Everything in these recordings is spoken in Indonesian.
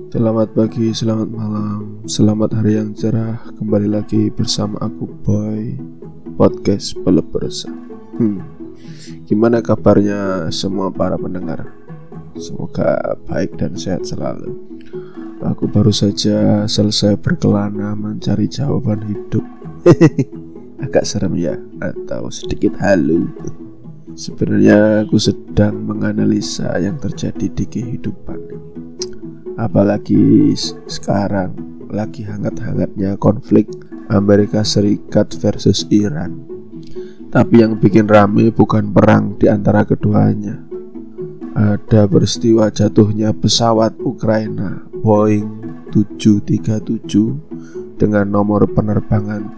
Selamat pagi, selamat malam, selamat hari yang cerah. Kembali lagi bersama aku Boy, podcast Pelep Resah. Gimana kabarnya semua para pendengar? Semoga baik dan sehat selalu. Aku baru saja selesai berkelana mencari jawaban hidup. Agak serem ya, atau sedikit halu. Sebenarnya aku sedang menganalisa yang terjadi di kehidupan. Apalagi sekarang lagi hangat-hangatnya konflik Amerika Serikat versus Iran. Tapi yang bikin rame bukan perang di antara keduanya. Ada peristiwa jatuhnya pesawat Ukraina Boeing 737 dengan nomor penerbangan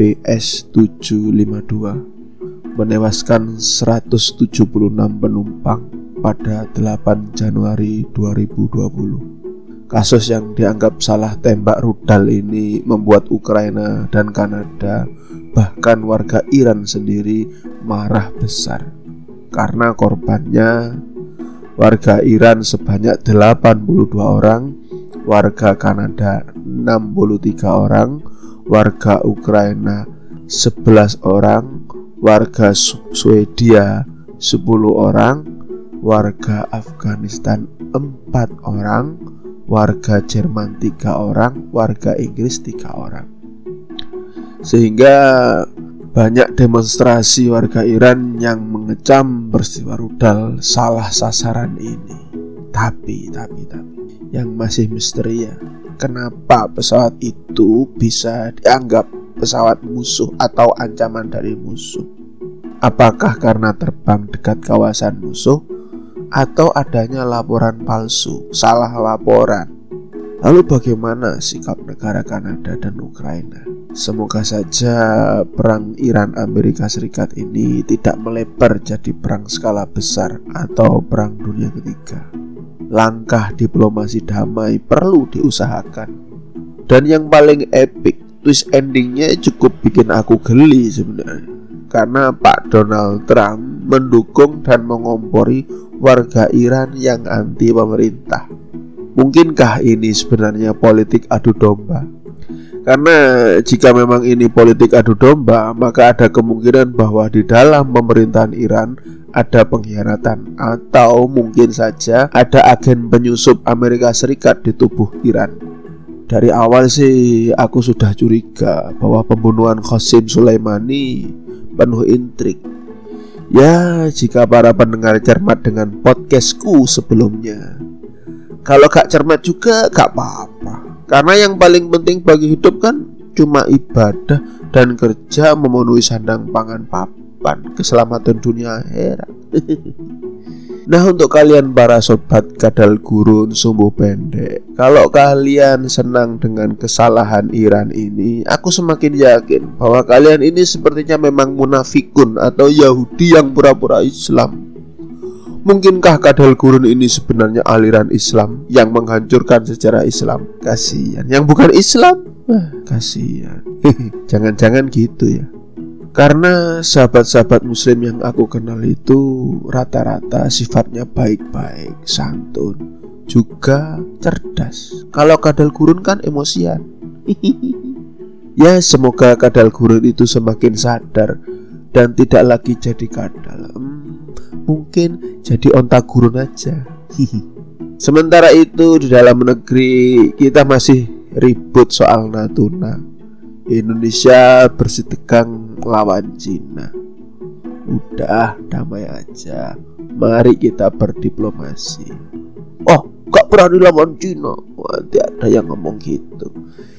PS752 menewaskan 176 penumpang pada 8 Januari 2020. Kasus yang dianggap salah tembak rudal ini membuat Ukraina dan Kanada, bahkan warga Iran sendiri marah besar. Karena korbannya warga Iran sebanyak 82 orang, warga Kanada 63 orang, warga Ukraina 11 orang, warga Swedia 10 orang, warga Afghanistan 4 orang, warga Jerman 3 orang, warga Inggris 3 orang. Sehingga banyak demonstrasi warga Iran yang mengecam peristiwa rudal salah sasaran ini. Tapi yang masih misteri ya, kenapa pesawat itu bisa dianggap pesawat musuh atau ancaman dari musuh? Apakah karena terbang dekat kawasan musuh atau adanya laporan palsu, salah laporan? Lalu bagaimana sikap negara Kanada dan Ukraina? Semoga saja perang Iran Amerika Serikat ini tidak melebar jadi perang skala besar atau perang dunia ketiga. Langkah diplomasi damai perlu diusahakan. Dan yang paling epic, twist endingnya cukup bikin aku geli sebenarnya. Karena Pak Donald Trump mendukung dan mengompori warga Iran yang anti pemerintah. Mungkinkah ini sebenarnya politik adu domba? Karena jika memang ini politik adu domba, maka ada kemungkinan bahwa di dalam pemerintahan Iran ada pengkhianatan, atau mungkin saja ada agen penyusup Amerika Serikat di tubuh Iran. Dari awal sih aku sudah curiga bahwa pembunuhan Qasem Soleimani penuh intrik. Ya, jika para pendengar cermat dengan podcastku sebelumnya. Kalau gak cermat juga gak apa-apa. Karena yang paling penting bagi hidup kan cuma ibadah dan kerja memenuhi sandang pangan papan, keselamatan dunia akhirat. Nah, untuk kalian para sobat kadal gurun sumbu pendek, kalau kalian senang dengan kesalahan Iran ini, aku semakin yakin bahwa kalian ini sepertinya memang munafikun atau Yahudi yang pura-pura Islam. Mungkinkah kadal gurun ini sebenarnya aliran Islam yang menghancurkan sejarah Islam? Kasihan. Yang bukan Islam? Kasihan. Jangan-jangan gitu ya. Karena sahabat-sahabat muslim yang aku kenal itu rata-rata sifatnya baik-baik, santun, juga cerdas. Kalau kadal gurun kan emosian. Ya, semoga kadal gurun itu semakin sadar dan tidak lagi jadi kadal. Mungkin jadi onta gurun aja. Sementara itu di dalam negeri kita masih ribut soal Natuna. Indonesia bersih tegang lawan Cina. Udah damai aja. Mari kita berdiplomasi. Oh, gak berani lawan Cina. Wah, ada yang ngomong gitu.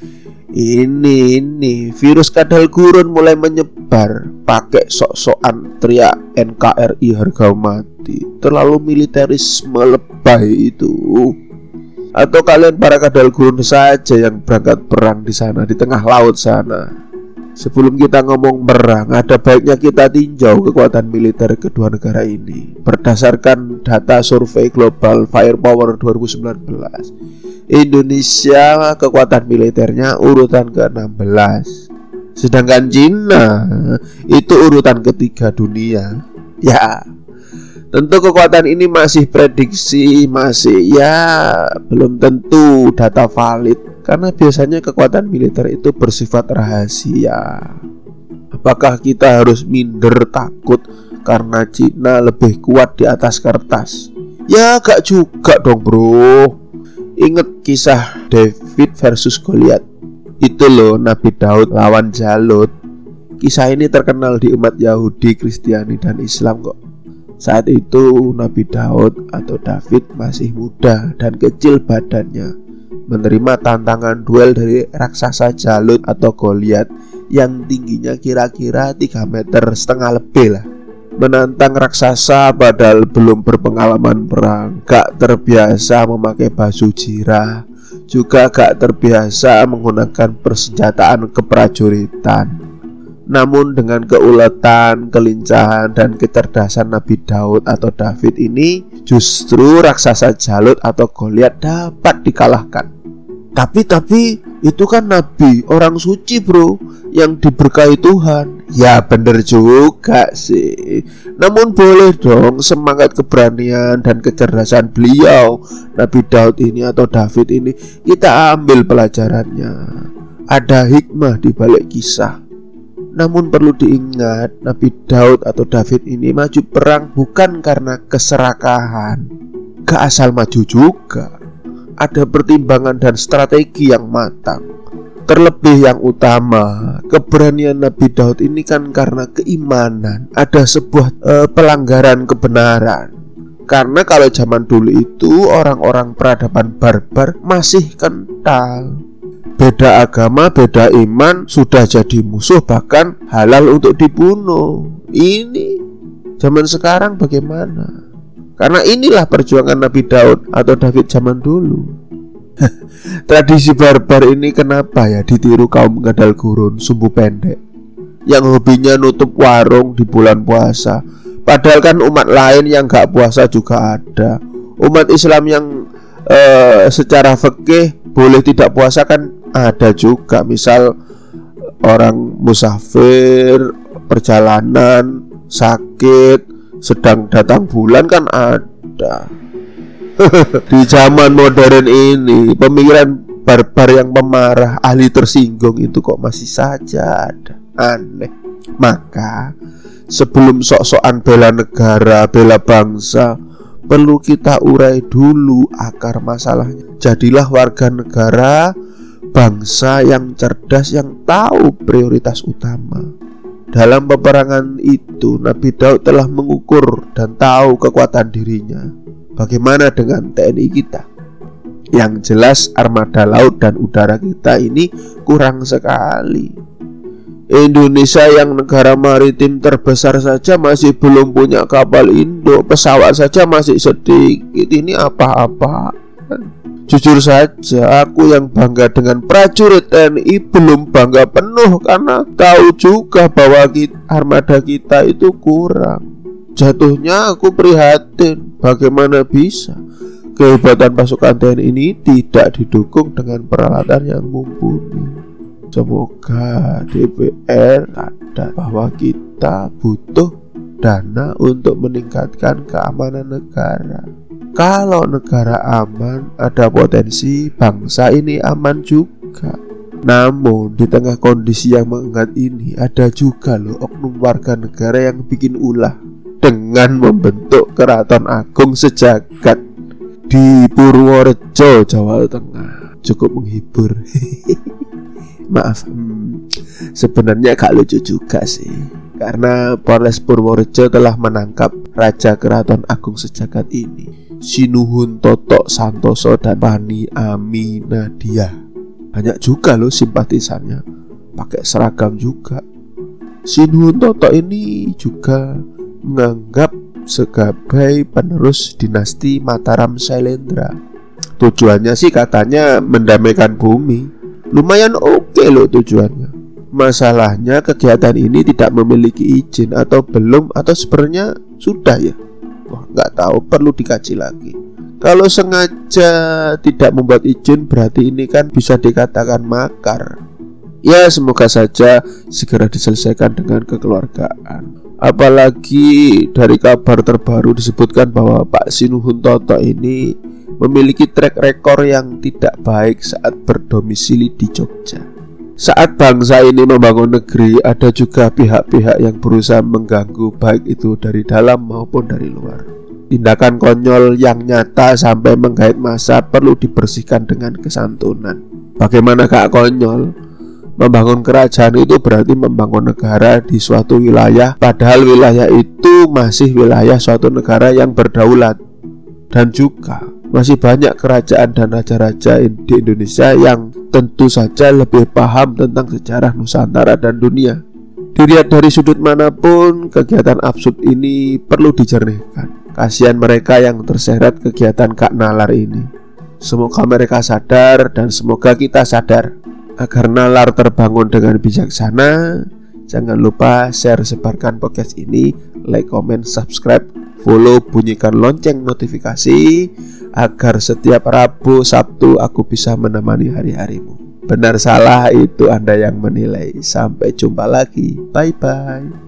Ini virus kadal gurun mulai menyebar. Pakai sok-sokan teriak NKRI harga mati. Terlalu militerisme lebay itu. Atau kalian para kadal gurun saja yang berangkat perang di sana, di tengah laut sana. Sebelum kita ngomong perang, ada baiknya kita tinjau kekuatan militer kedua negara ini. Berdasarkan data survei Global Firepower 2019, Indonesia kekuatan militernya urutan ke-16, sedangkan Cina itu urutan ketiga dunia. Ya, Tentu kekuatan ini masih prediksi, masih belum tentu data valid, karena biasanya kekuatan militer itu bersifat rahasia. Apakah kita harus minder takut karena Cina lebih kuat di atas kertas? Ya gak juga dong bro. Ingat kisah David versus Goliat. Itu loh, Nabi Daud lawan Jalut. Kisah ini terkenal di umat Yahudi, Kristiani, dan Islam kok. Saat itu Nabi Daud atau David masih muda dan kecil badannya, menerima tantangan duel dari raksasa Jalut atau Goliat yang tingginya kira-kira 3,5 meter lebih lah. Menantang raksasa padahal belum berpengalaman perang, gak terbiasa memakai baju jirah, juga gak terbiasa menggunakan persenjataan keprajuritan. Namun dengan keuletan, kelincahan, dan kecerdasan Nabi Daud atau David ini, justru raksasa Jalut atau Goliat dapat dikalahkan. Tapi itu kan Nabi, orang suci bro, yang diberkahi Tuhan. Ya bener juga sih. Namun boleh dong semangat keberanian dan kecerdasan beliau, Nabi Daud ini atau David ini, kita ambil pelajarannya. Ada hikmah di balik kisah. Namun perlu diingat, Nabi Daud atau David ini maju perang bukan karena keserakahan. Gak asal maju juga. Ada pertimbangan dan strategi yang matang. Terlebih yang utama, keberanian Nabi Daud ini kan karena keimanan. Ada sebuah pelanggaran kebenaran. Karena kalau zaman dulu itu orang-orang peradaban barbar masih kental. Beda agama, beda iman, sudah jadi musuh, bahkan halal untuk dibunuh. Ini zaman sekarang bagaimana? Karena inilah perjuangan Nabi Daud atau David zaman dulu. Tradisi barbar ini kenapa ya ditiru kaum kadal gurun, sumbu pendek, yang hobinya nutup warung di bulan puasa. Padahal kan umat lain yang gak puasa juga ada. Umat Islam yang secara fikih boleh tidak puasa kan ada juga. Misal orang musafir, perjalanan, sakit, sedang datang bulan kan ada. Di zaman modern ini pemikiran barbar yang pemarah, ahli tersinggung itu kok masih saja ada. Aneh. Maka sebelum sok-sokan bela negara, bela bangsa, perlu kita urai dulu akar masalahnya. Jadilah warga negara, bangsa yang cerdas, yang tahu prioritas utama. Dalam peperangan itu Nabi Daud telah mengukur dan tahu kekuatan dirinya. Bagaimana dengan TNI kita? Yang jelas armada laut dan udara kita ini kurang sekali. Indonesia yang negara maritim terbesar saja masih belum punya kapal induk, pesawat saja masih sedikit. Ini apa-apa. Jujur saja, aku yang bangga dengan prajurit TNI belum bangga penuh, karena tahu juga bahwa armada kita itu kurang. Jatuhnya aku prihatin, bagaimana bisa kehebatan pasukan TNI ini tidak didukung dengan peralatan yang mumpuni. Semoga DPR sadar bahwa kita butuh dana untuk meningkatkan keamanan negara. Kalau negara aman, ada potensi bangsa ini aman juga. Namun di tengah kondisi yang mengangkat ini, ada juga loh oknum warga negara yang bikin ulah dengan membentuk keraton agung sejagat di Purworejo, Jawa Tengah. Cukup menghibur. Maaf, sebenarnya gak lucu juga sih, karena Polres Purworejo telah menangkap Raja Keraton Agung Sejagat ini, Sinuhun Toto Santoso dan Pani Aminadia. Banyak juga loh simpatisannya, pakai seragam juga. Sinuhun Toto ini juga menganggap sebagai penerus dinasti Mataram Sailendra. Tujuannya sih katanya mendamaikan bumi. Lumayan oke loh tujuannya. Masalahnya kegiatan ini tidak memiliki izin atau belum, atau sebenarnya sudah ya. Wah, nggak tahu, perlu dikaji lagi. Kalau sengaja tidak membuat izin, berarti ini kan bisa dikatakan makar. Ya semoga saja segera diselesaikan dengan kekeluargaan. Apalagi dari kabar terbaru disebutkan bahwa Pak Sinuhuntoto ini memiliki track record yang tidak baik saat berdomisili di Jogja. Saat bangsa ini membangun negeri, ada juga pihak-pihak yang berusaha mengganggu, baik itu dari dalam maupun dari luar. Tindakan konyol yang nyata sampai menggait massa perlu dibersihkan dengan kesantunan. Bagaimana gak konyol? Membangun kerajaan itu berarti membangun negara di suatu wilayah, padahal wilayah itu masih wilayah suatu negara yang berdaulat. Dan juga masih banyak kerajaan dan raja-raja di Indonesia yang tentu saja lebih paham tentang sejarah Nusantara dan dunia. Dilihat dari sudut manapun, kegiatan absurd ini perlu dijernihkan. Kasihan mereka yang terseret kegiatan Kak Nalar ini. Semoga mereka sadar dan semoga kita sadar. Agar nalar terbangun dengan bijaksana, jangan lupa share, sebarkan podcast ini, like, comment, subscribe, follow, bunyikan lonceng notifikasi, agar setiap Rabu, Sabtu aku bisa menemani hari-harimu. Benar salah itu Anda yang menilai. Sampai jumpa lagi, bye-bye.